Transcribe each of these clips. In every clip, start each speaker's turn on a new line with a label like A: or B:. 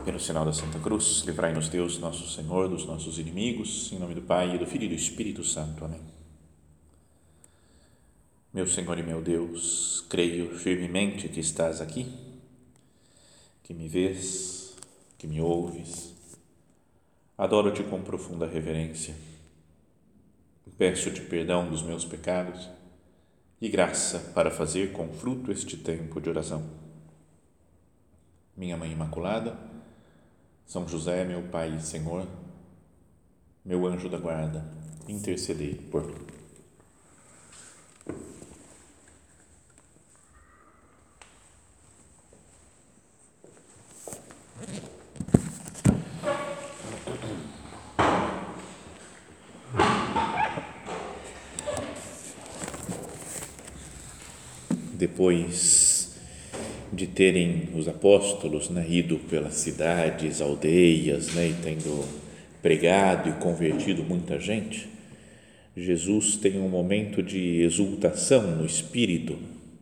A: pelo sinal da Santa Cruz, livrai-nos Deus, nosso Senhor, dos nossos inimigos, em nome do Pai, e do Filho e do Espírito Santo. Amém. Meu Senhor e meu Deus, creio firmemente que estás aqui, que me vês, que me ouves. Adoro-te com profunda reverência. Peço-te perdão dos meus pecados e graça para fazer com fruto este tempo de oração. Minha Mãe Imaculada, São José, meu Pai e Senhor, meu anjo da guarda, intercedei por mim. Depois de terem os apóstolos ido pelas cidades, aldeias, e tendo pregado e convertido muita gente, Jesus tem um momento de exultação no Espírito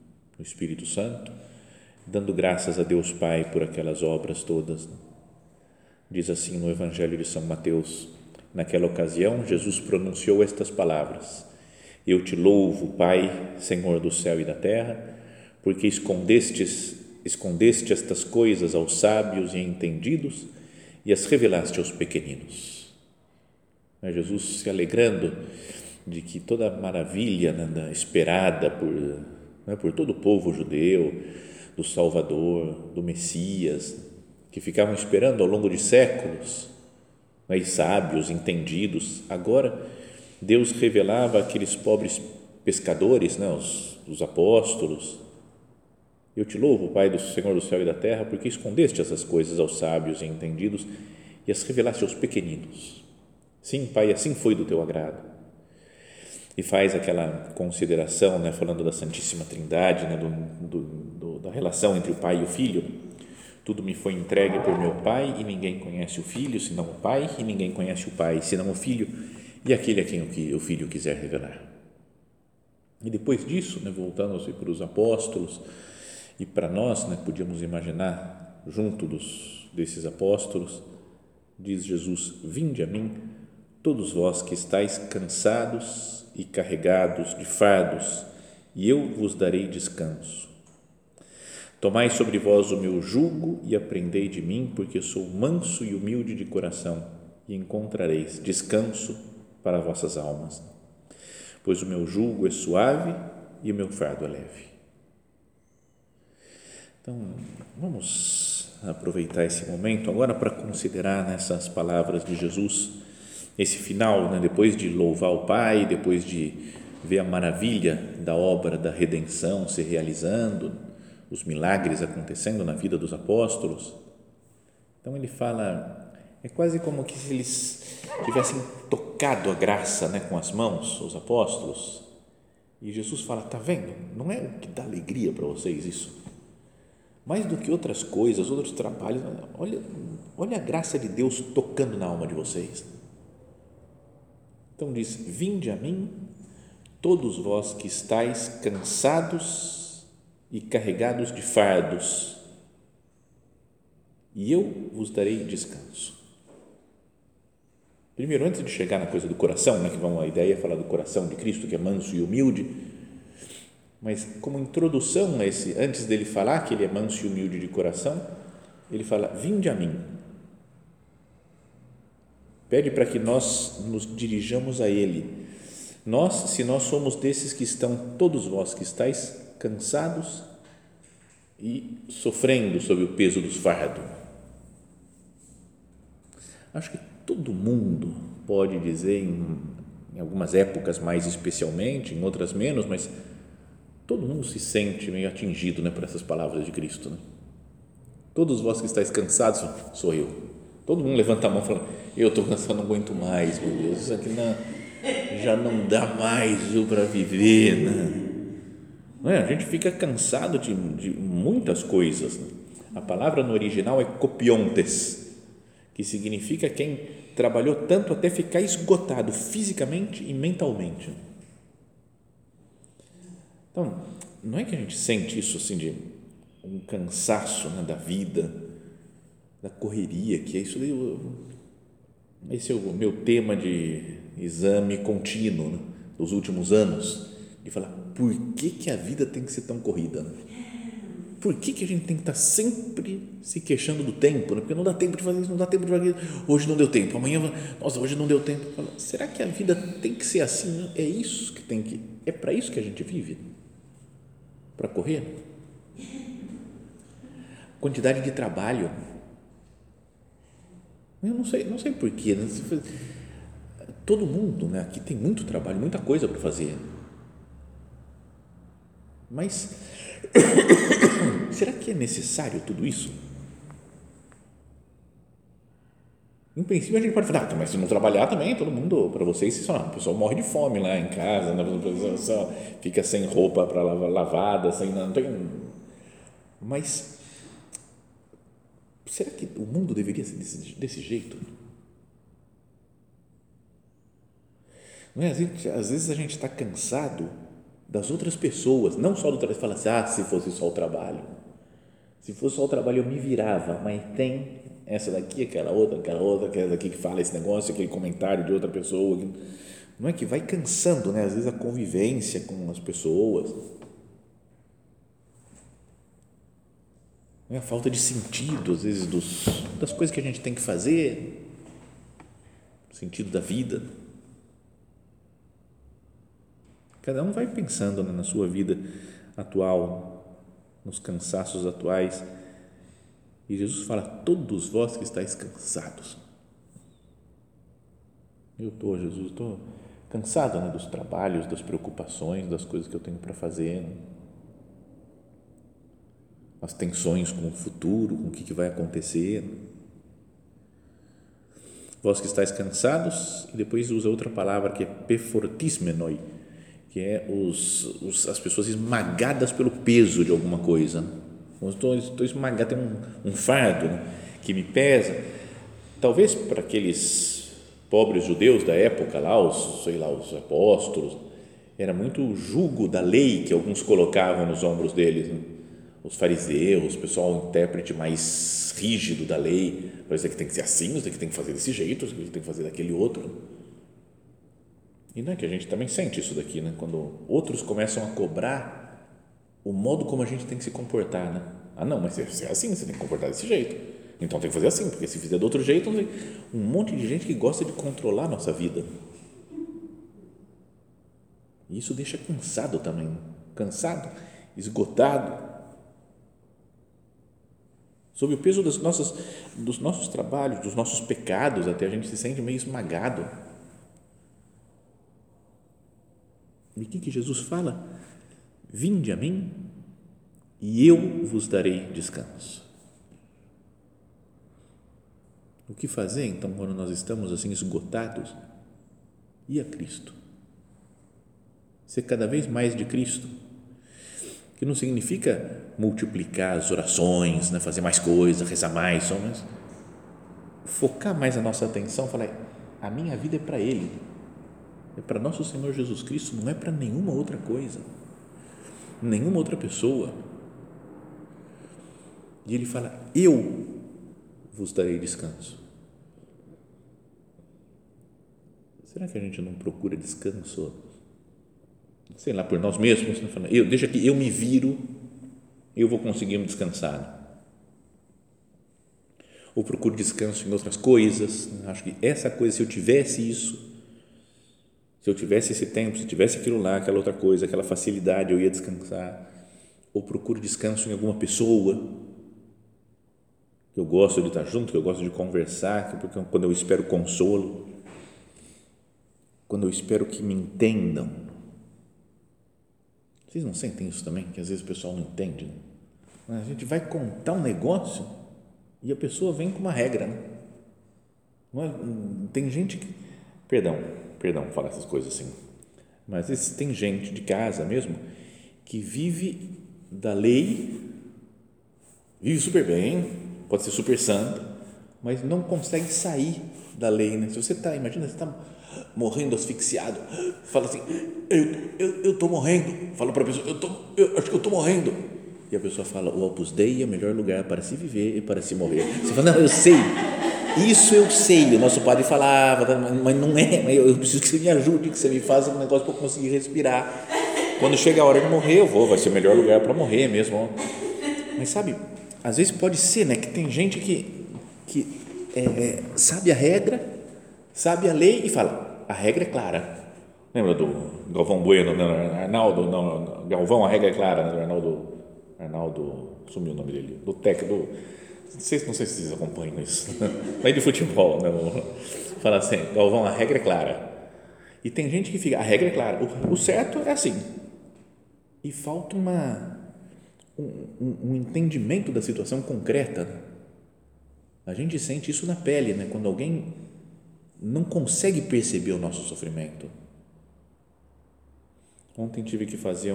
A: Santo, dando graças a Deus Pai por aquelas obras todas. Diz assim no Evangelho de São Mateus: naquela ocasião, Jesus pronunciou estas palavras: Eu te louvo, Pai, Senhor do céu e da terra, porque escondeste estas coisas aos sábios e entendidos e as revelaste aos pequeninos. Jesus se alegrando de que toda a maravilha esperada por todo o povo judeu, do Salvador, do Messias, que ficavam esperando ao longo de séculos, e sábios, entendidos, agora Deus revelava àqueles pobres pescadores, os apóstolos: Eu te louvo, Pai do Senhor do céu e da terra, porque escondeste essas coisas aos sábios e entendidos e as revelaste aos pequeninos. Sim, Pai, assim foi do teu agrado. E faz aquela consideração, falando da Santíssima Trindade, da relação entre o Pai e o Filho. Tudo me foi entregue por meu Pai e ninguém conhece o Filho senão o Pai, e ninguém conhece o Pai senão o Filho e aquele a quem o Filho quiser revelar. E depois disso, voltando-se para os apóstolos e para nós, podíamos imaginar junto desses apóstolos, diz Jesus: Vinde a mim, todos vós que estáis cansados e carregados de fardos, e eu vos darei descanso. Tomai sobre vós o meu jugo e aprendei de mim, porque sou manso e humilde de coração, e encontrareis descanso para vossas almas. Pois o meu jugo é suave e o meu fardo é leve. Então, vamos aproveitar esse momento agora para considerar nessas palavras de Jesus, esse final, depois de louvar o Pai, depois de ver a maravilha da obra da redenção se realizando, os milagres acontecendo na vida dos apóstolos. Então ele fala, é quase como que se eles tivessem tocado a graça com as mãos, os apóstolos, e Jesus fala: está vendo? Não é o que dá alegria para vocês isso? Mais do que outras coisas, outros trabalhos, olha a graça de Deus tocando na alma de vocês. Então diz: Vinde a mim, todos vós que estáis cansados e carregados de fardos, e eu vos darei descanso. Primeiro, antes de chegar na coisa do coração, que a ideia é falar do coração de Cristo, que é manso e humilde, mas como introdução a esse, antes dele falar que ele é manso e humilde de coração, ele fala: Vinde a mim. Pede para que nós nos dirijamos a ele. Se nós somos desses que estão, todos vós que estáis cansados e sofrendo sob o peso dos fardos. Acho que todo mundo pode dizer, em algumas épocas mais especialmente, em outras menos, mas todo mundo se sente meio atingido por essas palavras de Cristo. Todos vós que estáis cansados, sou eu. Todo mundo levanta a mão e fala: eu estou cansado, não aguento mais, meu Deus, isso aqui já não dá mais para viver. A gente fica cansado de muitas coisas. A palavra no original é copiontes, que significa quem trabalhou tanto até ficar esgotado fisicamente e mentalmente. Então, não é que a gente sente isso assim de um cansaço da vida, da correria, que é isso daí. Esse é o meu tema de exame contínuo, né, dos últimos anos, de falar por que a vida tem que ser tão corrida, né? Por que a gente tem que estar sempre se queixando do tempo, né? Porque não dá tempo de fazer isso, não dá tempo de fazer isso, hoje não deu tempo, amanhã, nossa, hoje não deu tempo. Fala, será que a vida tem que ser assim, né? É isso que tem que, é para isso que a gente vive? Para correr? Quantidade de trabalho, eu não sei porquê, né? Todo mundo, né, aqui tem muito trabalho, muita coisa para fazer, mas será que é necessário tudo isso? Em princípio a gente pode falar, mas se não trabalhar também, todo mundo, para vocês, o pessoal morre de fome lá em casa, né? O pessoal fica sem roupa para lavada, sem, não tem, mas será que o mundo deveria ser desse jeito? Não é? Às vezes a gente está cansado das outras pessoas, não só do trabalho. Fala assim, se fosse só o trabalho, se fosse só o trabalho eu me virava, mas tem essa daqui, aquela outra, aquela daqui que fala esse negócio, aquele comentário de outra pessoa, não é que vai cansando, né? Às vezes a convivência com as pessoas, não é? A falta de sentido, às vezes, das coisas que a gente tem que fazer, o sentido da vida. Cada um vai pensando, né, na sua vida atual, nos cansaços atuais, e Jesus fala, todos vós que estáis cansados. Jesus, estou cansado, né, dos trabalhos, das preocupações, das coisas que eu tenho para fazer, as tensões com o futuro, com o que vai acontecer. Vós que estáis cansados, e depois usa outra palavra que é pefortismenoi, que é as pessoas esmagadas pelo peso de alguma coisa. Estou esmagado, tem um fardo, né, que me pesa. Talvez para aqueles pobres judeus da época lá, os apóstolos, era muito o jugo da lei que alguns colocavam nos ombros deles, né? Os fariseus, o pessoal intérprete mais rígido da lei, parece que tem que ser assim, isso aqui tem que fazer desse jeito, isso aqui tem que fazer daquele outro. E não é que a gente também sente isso daqui, né? Quando outros começam a cobrar o modo como a gente tem que se comportar, né? Não, mas se é assim, você tem que comportar desse jeito, então tem que fazer assim, porque se fizer de outro jeito, um monte de gente que gosta de controlar a nossa vida, e isso deixa cansado também, esgotado, sob o peso dos nossos trabalhos, dos nossos pecados, até a gente se sente meio esmagado. E o que Jesus fala? Vinde a mim e eu vos darei descanso. O que fazer então quando nós estamos assim esgotados? Ir a Cristo, ser cada vez mais de Cristo, que não significa multiplicar as orações, né, fazer mais coisas, rezar mais, só, mas focar mais a nossa atenção, falar, a minha vida é para Ele, é para nosso Senhor Jesus Cristo, não é para nenhuma outra coisa, nenhuma outra pessoa. E Ele fala, eu vos darei descanso. Será que a gente não procura descanso, sei lá, por nós mesmos? Né? Deixa que eu me viro, eu vou conseguir me descansar. Ou procuro descanso em outras coisas. Acho que essa coisa, se eu tivesse isso, se eu tivesse esse tempo, se tivesse aquilo lá, aquela outra coisa, aquela facilidade, eu ia descansar. Ou procuro descanso em alguma pessoa que eu gosto de estar junto, que eu gosto de conversar, porque quando eu espero consolo, quando eu espero que me entendam. Vocês não sentem isso também? Que às vezes o pessoal não entende, né? A gente vai contar um negócio e a pessoa vem com uma regra, né? Não é? Tem gente que, perdão falar essas coisas assim, mas às vezes tem gente de casa mesmo que vive da lei, vive super bem, pode ser super santo, mas não consegue sair da lei, né? Se você imagina, você está morrendo asfixiado, fala assim, eu estou morrendo, fala para a pessoa, eu acho que eu estou morrendo, E a pessoa fala, o Opus Dei é o melhor lugar para se viver e para se morrer. Você fala, não, eu sei, isso eu sei, o nosso padre falava, mas não é, mas eu preciso que você me ajude, que você me faça um negócio para eu conseguir respirar. Quando chega a hora de morrer, eu vou, vai ser o melhor lugar para morrer mesmo. Mas sabe, às vezes pode ser, né, que tem gente que sabe a regra, sabe a lei e fala, a regra é clara. Lembra do Galvão Bueno, Arnaldo, não, Galvão, a regra é clara, né, Arnaldo, sumiu o nome dele, do técnico, não sei se vocês acompanham isso, mas de futebol, né, fala assim, Galvão, a regra é clara. E tem gente que fica, a regra é clara, o certo é assim. E falta um entendimento da situação concreta. A gente sente isso na pele, né? Quando alguém não consegue perceber o nosso sofrimento. Ontem tive que fazer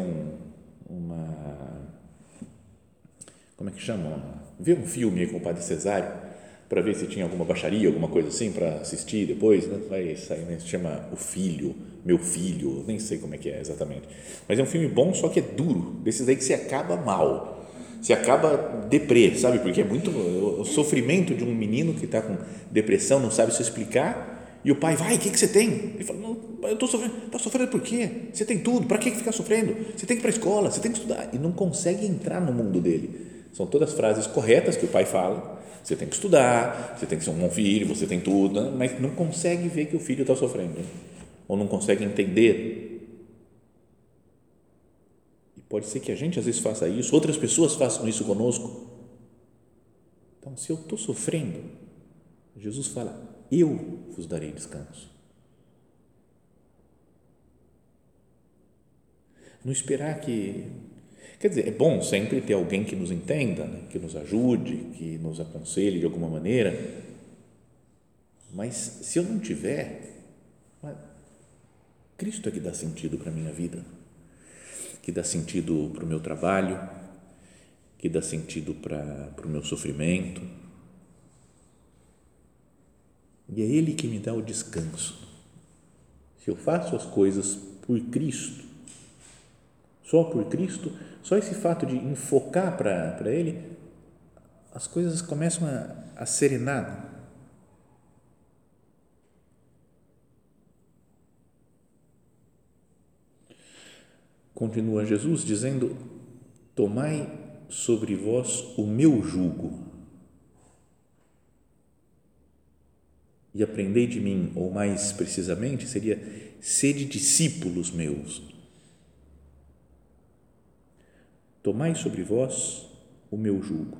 A: como é que chama? Ver um filme com o Padre Cesário para ver se tinha alguma baixaria, alguma coisa assim para assistir depois, né? Vai sair, né? Se chama O Filho, Meu Filho, nem sei como é que é exatamente, mas é um filme bom, só que é duro, desses aí que se acaba mal, se acaba deprê, sabe, porque é muito o sofrimento de um menino que está com depressão, não sabe se explicar, e o pai vai, o que você tem? Ele fala, não, eu estou sofrendo. Está sofrendo por quê? Você tem tudo, para que ficar sofrendo? Você tem que ir para a escola, você tem que estudar, e não consegue entrar no mundo dele. São todas frases corretas que o pai fala, você tem que estudar, você tem que ser um bom filho, você tem tudo, mas não consegue ver que o filho está sofrendo, ou não consegue entender. E pode ser que a gente às vezes faça isso, outras pessoas façam isso conosco. Então, se eu estou sofrendo, Jesus fala, eu vos darei descanso. Não esperar que... Quer dizer, é bom sempre ter alguém que nos entenda, né? Que nos ajude, que nos aconselhe de alguma maneira, mas se eu não tiver, Cristo é que dá sentido para a minha vida, que dá sentido para o meu trabalho, que dá sentido para o meu sofrimento, e é Ele que me dá o descanso. Se eu faço as coisas por Cristo, só por Cristo, só esse fato de enfocar para Ele, as coisas começam a serenar. Continua Jesus dizendo, tomai sobre vós o meu jugo e aprendei de mim, ou mais precisamente seria, sede discípulos meus. Tomai sobre vós o meu jugo.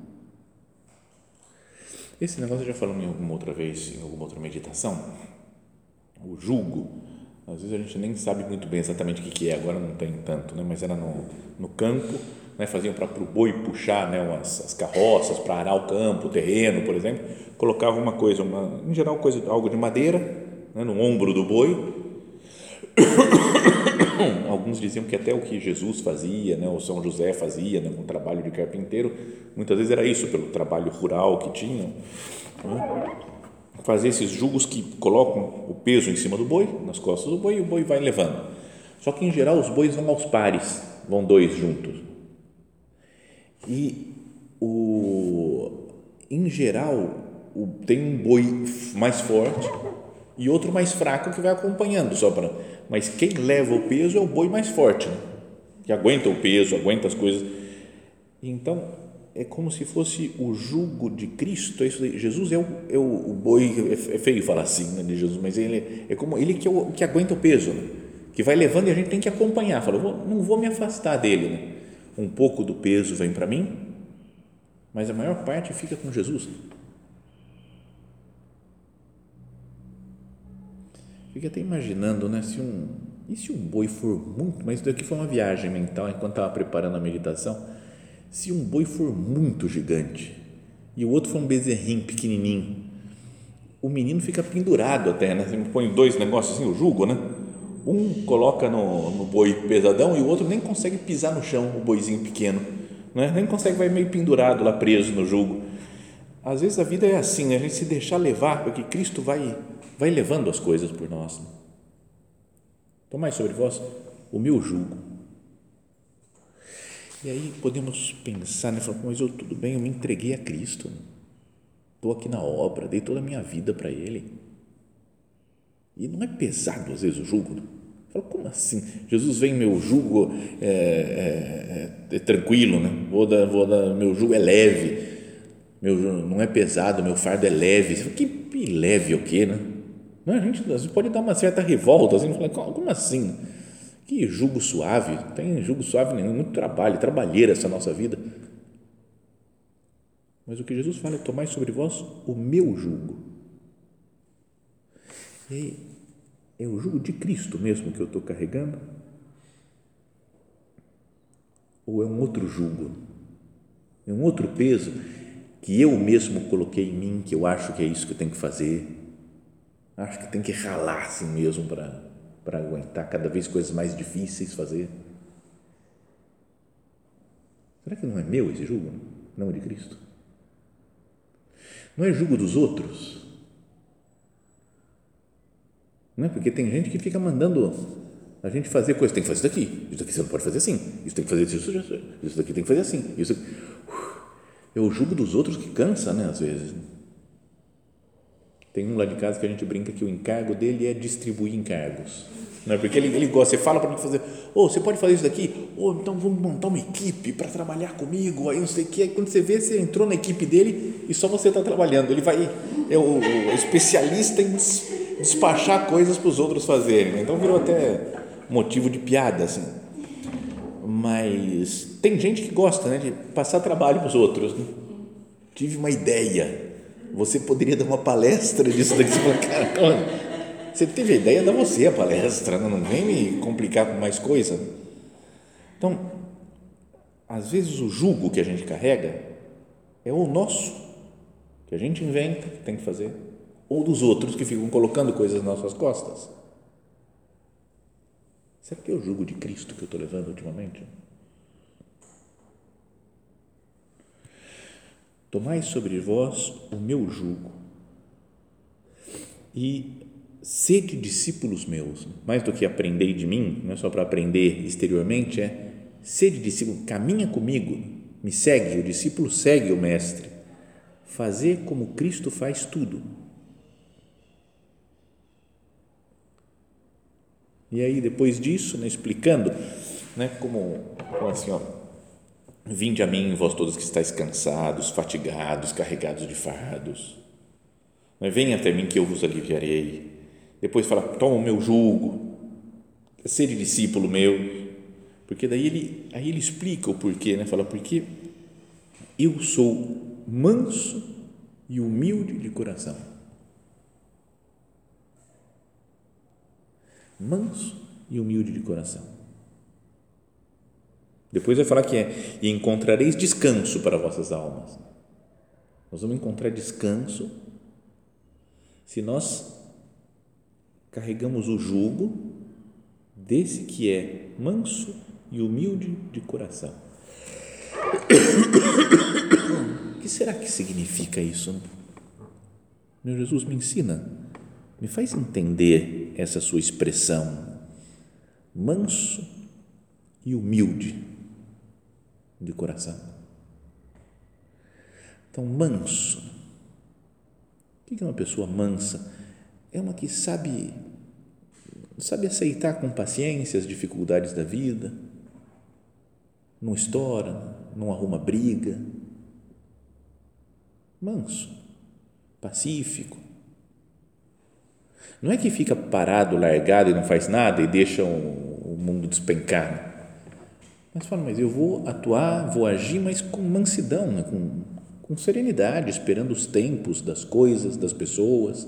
A: Esse negócio eu já falamos em alguma outra vez, em alguma outra meditação. O jugo, às vezes a gente nem sabe muito bem exatamente o que é, agora não tem tanto, né? Mas era no campo, né? Faziam para o boi puxar, né? As carroças para arar o campo, o terreno, por exemplo, colocava uma coisa, em geral algo de madeira, né? No ombro do boi. Alguns diziam que até o que Jesus fazia, né, o São José fazia, né, um trabalho de carpinteiro, muitas vezes era isso, pelo trabalho rural que tinham, né, fazer esses jugos que colocam o peso em cima do boi, nas costas do boi, e o boi vai levando. Só que em geral os bois vão aos pares, vão dois juntos. E em geral tem um boi mais forte e outro mais fraco que vai acompanhando, mas quem leva o peso é o boi mais forte, né? Que aguenta o peso, aguenta as coisas. Então é como se fosse o jugo de Cristo. É isso, Jesus é o boi, é feio falar assim, né, de Jesus, mas ele é como ele que é o que aguenta o peso, né? Que vai levando e a gente tem que acompanhar. Fala, não vou me afastar dele, né? Um pouco do peso vem para mim, mas a maior parte fica com Jesus. Fiquei até imaginando, né, se um boi for muito, mas isso daqui foi uma viagem mental enquanto estava preparando a meditação, se um boi for muito gigante e o outro for um bezerrinho pequenininho, o menino fica pendurado até, né? Você põe dois negócios assim, o jugo, né? Um coloca no boi pesadão e o outro nem consegue pisar no chão, o boizinho pequeno, né? Nem consegue, vai meio pendurado lá, preso no jugo. Às vezes a vida é assim, né? A gente se deixar levar, porque Cristo vai levando as coisas por nós. Tomai sobre vós o meu jugo. E aí podemos pensar, né? Falar, mas tudo bem, eu me entreguei a Cristo, estou aqui na obra, dei toda a minha vida para Ele. E não é pesado às vezes o jugo? Fala, como assim? Jesus vem, meu jugo é tranquilo, né? Meu jugo é leve, não é pesado, meu fardo é leve. Fala, que leve o quê, né? Não, a gente pode dar uma certa revolta, assim, fala, como assim? Que jugo suave? Não tem jugo suave nenhum, muito trabalho, trabalheira essa nossa vida. Mas o que Jesus fala é: tomai sobre vós o meu jugo. E aí, é o jugo de Cristo mesmo que eu estou carregando? Ou é um outro jugo? É um outro peso que eu mesmo coloquei em mim, que eu acho que é isso que eu tenho que fazer? Acho que tem que ralar assim mesmo para aguentar cada vez coisas mais difíceis fazer. Será que não é meu esse jugo? Não é de Cristo? Não é jugo dos outros? Não é? Porque tem gente que fica mandando a gente fazer coisas, tem que fazer isso daqui você não pode fazer assim, isso tem que fazer isso daqui tem que fazer assim, isso é o jugo dos outros que cansa, né, às vezes. Tem um lá de casa que a gente brinca que o encargo dele é distribuir encargos, não é? Porque ele gosta, você fala para ele fazer, você pode fazer isso daqui, então vamos montar uma equipe para trabalhar comigo, aí não sei o que, aí quando você vê, você entrou na equipe dele e só você está trabalhando, ele vai, é o especialista em despachar coisas para os outros fazerem, né? Então virou até motivo de piada, assim. Mas tem gente que gosta, né, de passar trabalho para os outros, né? Tive uma ideia, você poderia dar uma palestra disso daqui? Você fala, cara, você teve a ideia, dá você a palestra, não vem me complicar com mais coisa. Então, às vezes o jugo que a gente carrega é o nosso, que a gente inventa que tem que fazer, ou dos outros que ficam colocando coisas nas nossas costas. Será que é o jugo de Cristo que eu estou levando ultimamente? Tomai sobre vós o meu jugo e sede discípulos meus. Mais do que aprender de mim, não é só para aprender exteriormente, é sede discípulo, caminha comigo, me segue, o discípulo segue o mestre. Fazer como Cristo faz tudo. E aí, depois disso, né, explicando, né, como assim, vinde a mim, vós todos que estáis cansados, fatigados, carregados de fardos, venha até mim que eu vos aliviarei. Depois fala, toma o meu jugo, sede discípulo meu, porque daí ele explica o porquê, né? Fala, porque eu sou manso e humilde de coração. Manso e humilde de coração. Depois vai falar que e encontrareis descanso para vossas almas. Nós vamos encontrar descanso se nós carregamos o jugo desse que é manso e humilde de coração. O que será que significa isso? Meu Jesus, me ensina, me faz entender essa sua expressão, manso e humilde de coração. Então, manso, o que é uma pessoa mansa? É uma que sabe aceitar com paciência as dificuldades da vida, não estoura, não arruma briga, manso, pacífico. Não é que fica parado, largado e não faz nada e deixa o mundo despencar, mas fala, mas eu vou atuar, vou agir, mas com mansidão, né? com serenidade, esperando os tempos das coisas, das pessoas.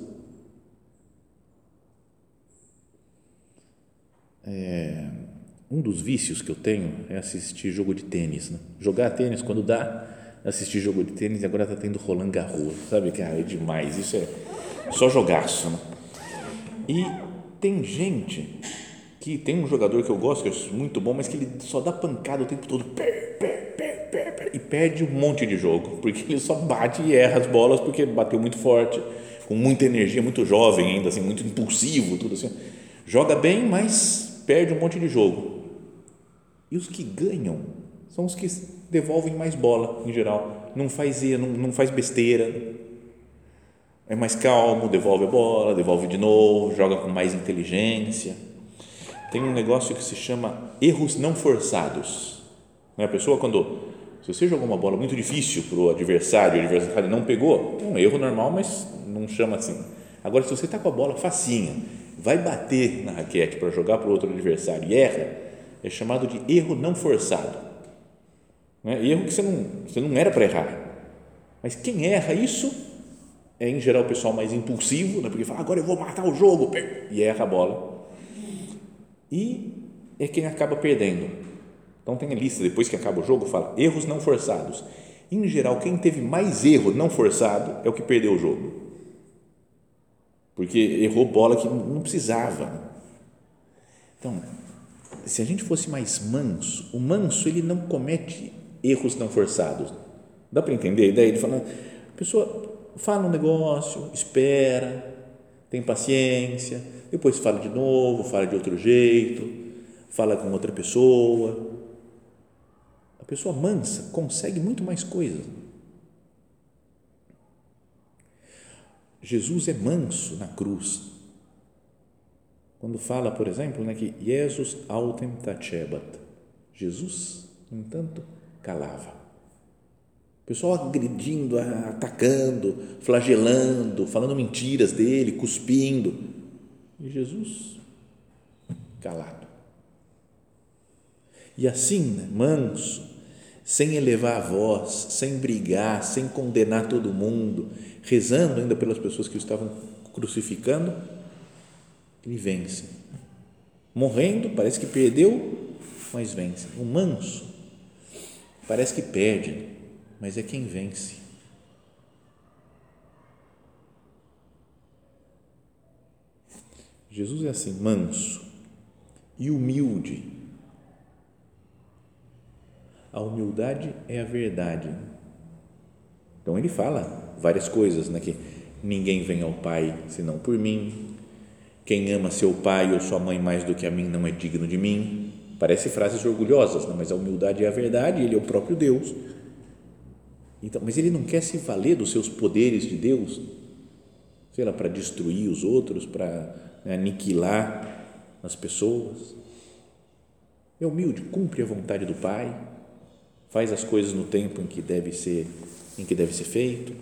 A: Um dos vícios que eu tenho é assistir jogo de tênis, né? Jogar tênis quando dá, assistir jogo de tênis, e agora está tendo Roland Garros, sabe, cara, é demais, isso é só jogaço, né? E tem gente que tem um jogador que eu gosto, que eu acho muito bom, mas que ele só dá pancada o tempo todo, e perde um monte de jogo, porque ele só bate e erra as bolas, porque bateu muito forte, com muita energia, muito jovem ainda, assim, muito impulsivo, tudo assim, joga bem, mas perde um monte de jogo. E os que ganham são os que devolvem mais bola, em geral. Não faz erro, não faz besteira. É mais calmo, devolve a bola, devolve de novo, joga com mais inteligência. Tem um negócio que se chama erros não forçados. A pessoa, se você jogou uma bola muito difícil para o adversário não pegou, é um erro normal, mas não chama assim. Agora, se você está com a bola facinha, vai bater na raquete para jogar para o outro adversário e erra, é chamado de erro não forçado. Erro que você não era para errar. Mas quem erra isso é, em geral, o pessoal mais impulsivo, porque fala, agora eu vou matar o jogo, e erra a bola. E é quem acaba perdendo. Então, tem a lista, depois que acaba o jogo, fala erros não forçados. Em geral, quem teve mais erro não forçado é o que perdeu o jogo. Porque errou bola que não precisava. Então, se a gente fosse mais manso, o manso, ele não comete erros não forçados. Dá para entender a ideia? Ele fala, a pessoa fala um negócio, espera, tem paciência, depois fala de novo, fala de outro jeito, fala com outra pessoa. A pessoa mansa consegue muito mais coisas. Jesus é manso na cruz. Quando fala, por exemplo, que Jesus autem tacebat, Jesus, no entanto, calava. O pessoal agredindo, atacando, flagelando, falando mentiras dele, cuspindo. E Jesus, calado. E assim, manso, sem elevar a voz, sem brigar, sem condenar todo mundo, rezando ainda pelas pessoas que o estavam crucificando, ele vence. Morrendo, parece que perdeu, mas vence. O manso parece que perde, mas é quem vence. Jesus é assim, manso e humilde. A humildade é a verdade. Então ele fala várias coisas, que ninguém vem ao Pai senão por mim. Quem ama seu pai ou sua mãe mais do que a mim não é digno de mim. Parece frases orgulhosas, mas a humildade é a verdade, ele é o próprio Deus. Então, mas ele não quer se valer dos seus poderes de Deus, sei lá, para destruir os outros, para aniquilar as pessoas. É humilde, cumpre a vontade do Pai, faz as coisas no tempo em que deve ser feito.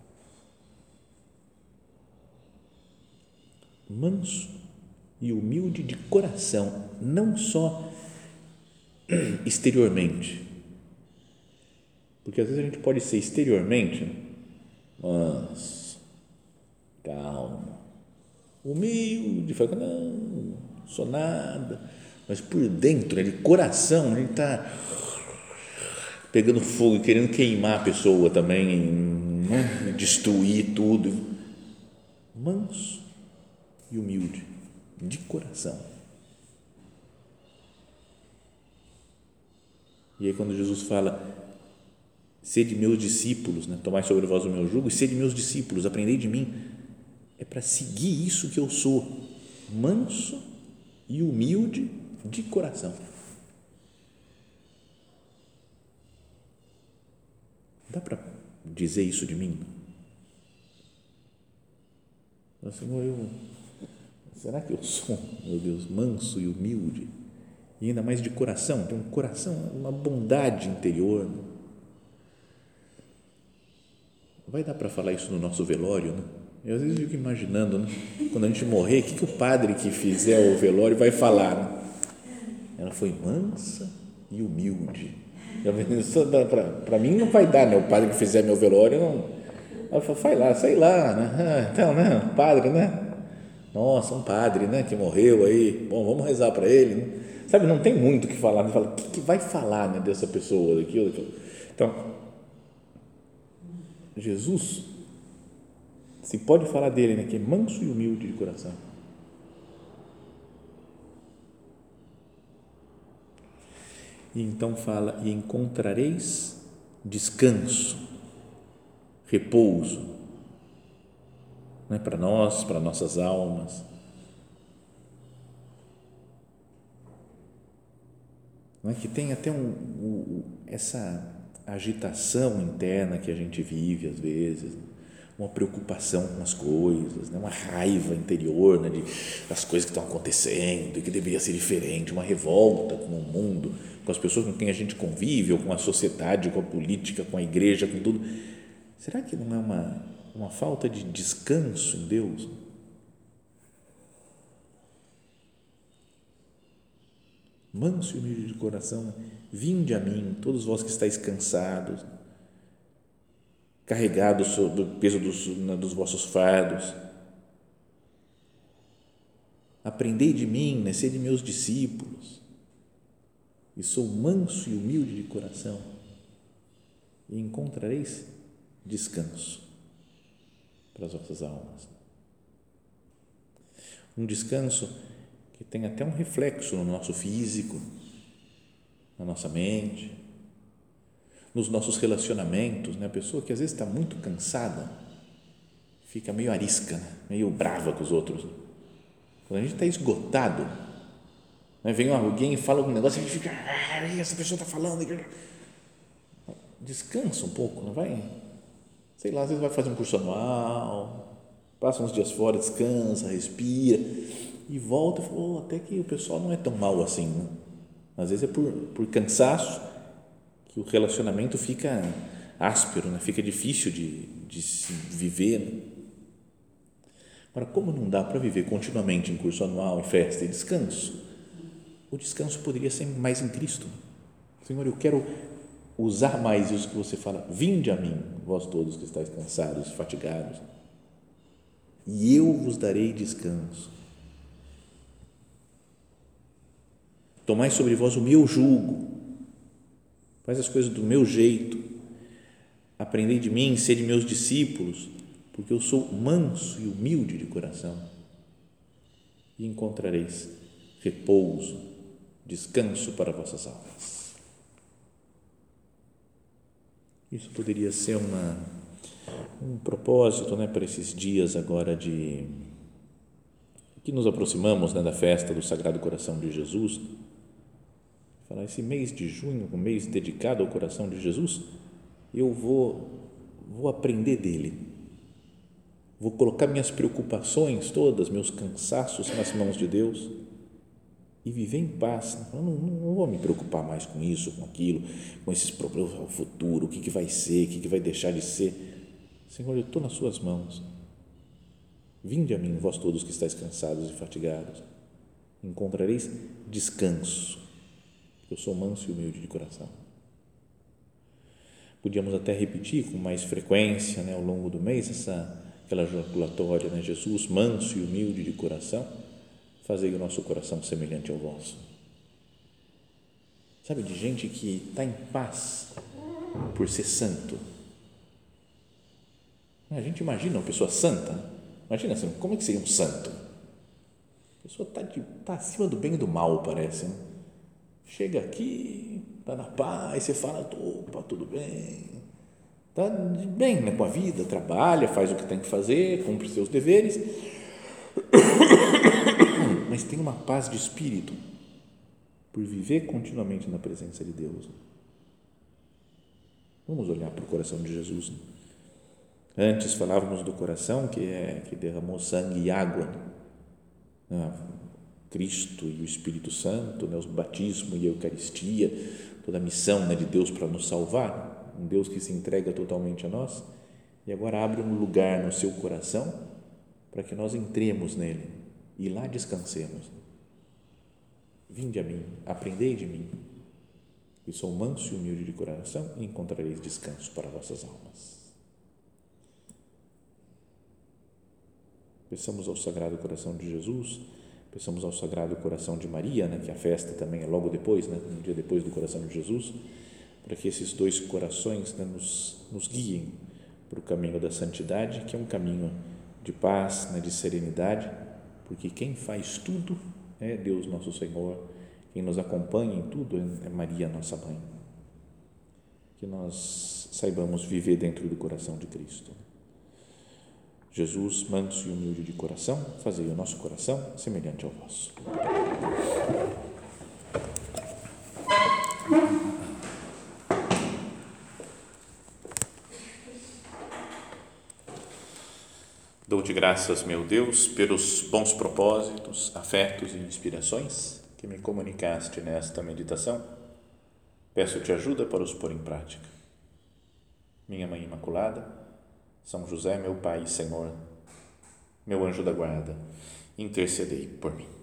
A: Manso e humilde de coração, não só exteriormente, porque às vezes a gente pode ser exteriormente manso, calmo, humilde, fala, não sou nada, mas por dentro, de coração, a gente está pegando fogo e querendo queimar a pessoa também, destruir tudo. Manso e humilde de coração. E aí quando Jesus fala, sede meus discípulos, tomai sobre vós o meu jugo e sede meus discípulos, aprendei de mim, é para seguir isso que eu sou, manso e humilde de coração. Dá para dizer isso de mim? Senhor, será que eu sou, meu Deus, manso e humilde? E ainda mais de coração, tem um coração, uma bondade interior. Vai dar para falar isso no nosso velório, Eu às vezes fico imaginando, quando a gente morrer, o que o padre que fizer o velório vai falar? Ela foi mansa e humilde. Para mim não vai dar, o padre que fizer meu velório, não. Ela falou, vai lá, sei lá, então, padre, nossa, um padre, que morreu aí, bom, vamos rezar para ele, sabe, não tem muito o que falar, fala, o que vai falar, dessa pessoa, daquilo. Então, Jesus, se pode falar dele, que é manso e humilde de coração. E então fala, e encontrareis descanso, repouso, para nós, para nossas almas. não é? Que tem até essa agitação interna que a gente vive às vezes, uma preocupação com as coisas, né? Uma raiva interior, né? Das coisas que estão acontecendo e que deveria ser diferente, uma revolta com o mundo, com as pessoas com quem a gente convive, ou com a sociedade, com a política, com a igreja, com tudo. Será que não é uma falta de descanso em Deus? Manso e humilde de coração, vinde a mim, todos vós que estáis cansados, carregados do peso dos vossos fardos. Aprendei de mim, né? Sede meus discípulos, e sou manso e humilde de coração, e encontrareis descanso para as vossas almas. Um descanso que tem até um reflexo no nosso físico, na nossa mente, nos nossos relacionamentos, né? A pessoa que às vezes está muito cansada fica meio arisca, né? Meio brava com os outros. Quando a gente está esgotado, né? Vem alguém e fala algum negócio e a gente fica, essa pessoa está falando, descansa um pouco, não vai, sei lá, às vezes vai fazer um curso anual, passa uns dias fora, descansa, respira e volta e fala, até que o pessoal não é tão mal assim, né? Às vezes é por cansaço que o relacionamento fica áspero, né? Fica difícil de se viver, né? Agora, como não dá para viver continuamente em curso anual, em festa e descanso, o descanso poderia ser mais em Cristo. Senhor, eu quero usar mais isso que você fala, vinde a mim, vós todos que estáis cansados e fatigados, e eu vos darei descanso. Tomai sobre vós o meu jugo, faz as coisas do meu jeito, aprendei de mim, sede meus discípulos, porque eu sou manso e humilde de coração, e encontrareis repouso, descanso para vossas almas. Isso poderia ser um propósito, né, para esses dias agora que nos aproximamos, né, da festa do Sagrado Coração de Jesus. Falar, esse mês de junho, um mês dedicado ao coração de Jesus, eu vou aprender dele, vou colocar minhas preocupações todas, meus cansaços nas mãos de Deus e viver em paz. Eu não vou me preocupar mais com isso, com aquilo, com esses problemas, o futuro, o que vai ser, o que vai deixar de ser. Senhor, eu estou nas suas mãos, vinde a mim, vós todos que estáis cansados e fatigados, encontrareis descanso. Eu sou manso e humilde de coração. Podíamos até repetir com mais frequência, né, ao longo do mês, aquela jaculatória, né, Jesus, manso e humilde de coração, fazei o nosso coração semelhante ao vosso. Sabe, de gente que está em paz por ser santo. A gente imagina uma pessoa santa, imagina assim, como é que seria um santo? A pessoa está acima do bem e do mal, parece, né? Chega aqui, está na paz, você fala, opa, tudo bem, está bem, né, com a vida, trabalha, faz o que tem que fazer, cumpre seus deveres, mas tem uma paz de espírito por viver continuamente na presença de Deus. Vamos olhar para o coração de Jesus. Antes falávamos do coração que derramou sangue e água, né? Cristo e o Espírito Santo, né, o batismo e a Eucaristia, toda a missão, né, de Deus para nos salvar, um Deus que se entrega totalmente a nós, e agora abre um lugar no seu coração para que nós entremos nele e lá descansemos. Vinde a mim, aprendei de mim, que sou manso e humilde de coração, e encontrareis descanso para vossas almas. Peçamos ao Sagrado Coração de Jesus, peçamos ao Sagrado Coração de Maria, né, que a festa também é logo depois, né, um dia depois do Coração de Jesus, para que esses dois corações, né, nos guiem para o caminho da santidade, que é um caminho de paz, né, de serenidade, porque quem faz tudo é Deus nosso Senhor, quem nos acompanha em tudo é Maria, nossa mãe. Que nós saibamos viver dentro do coração de Cristo. Jesus, manso e humilde de coração, fazei o nosso coração semelhante ao vosso. Dou-te graças, meu Deus, pelos bons propósitos, afetos e inspirações que me comunicaste nesta meditação. Peço-te ajuda para os pôr em prática. Minha Mãe Imaculada, São José, meu Pai e Senhor, meu anjo da guarda, intercedei por mim.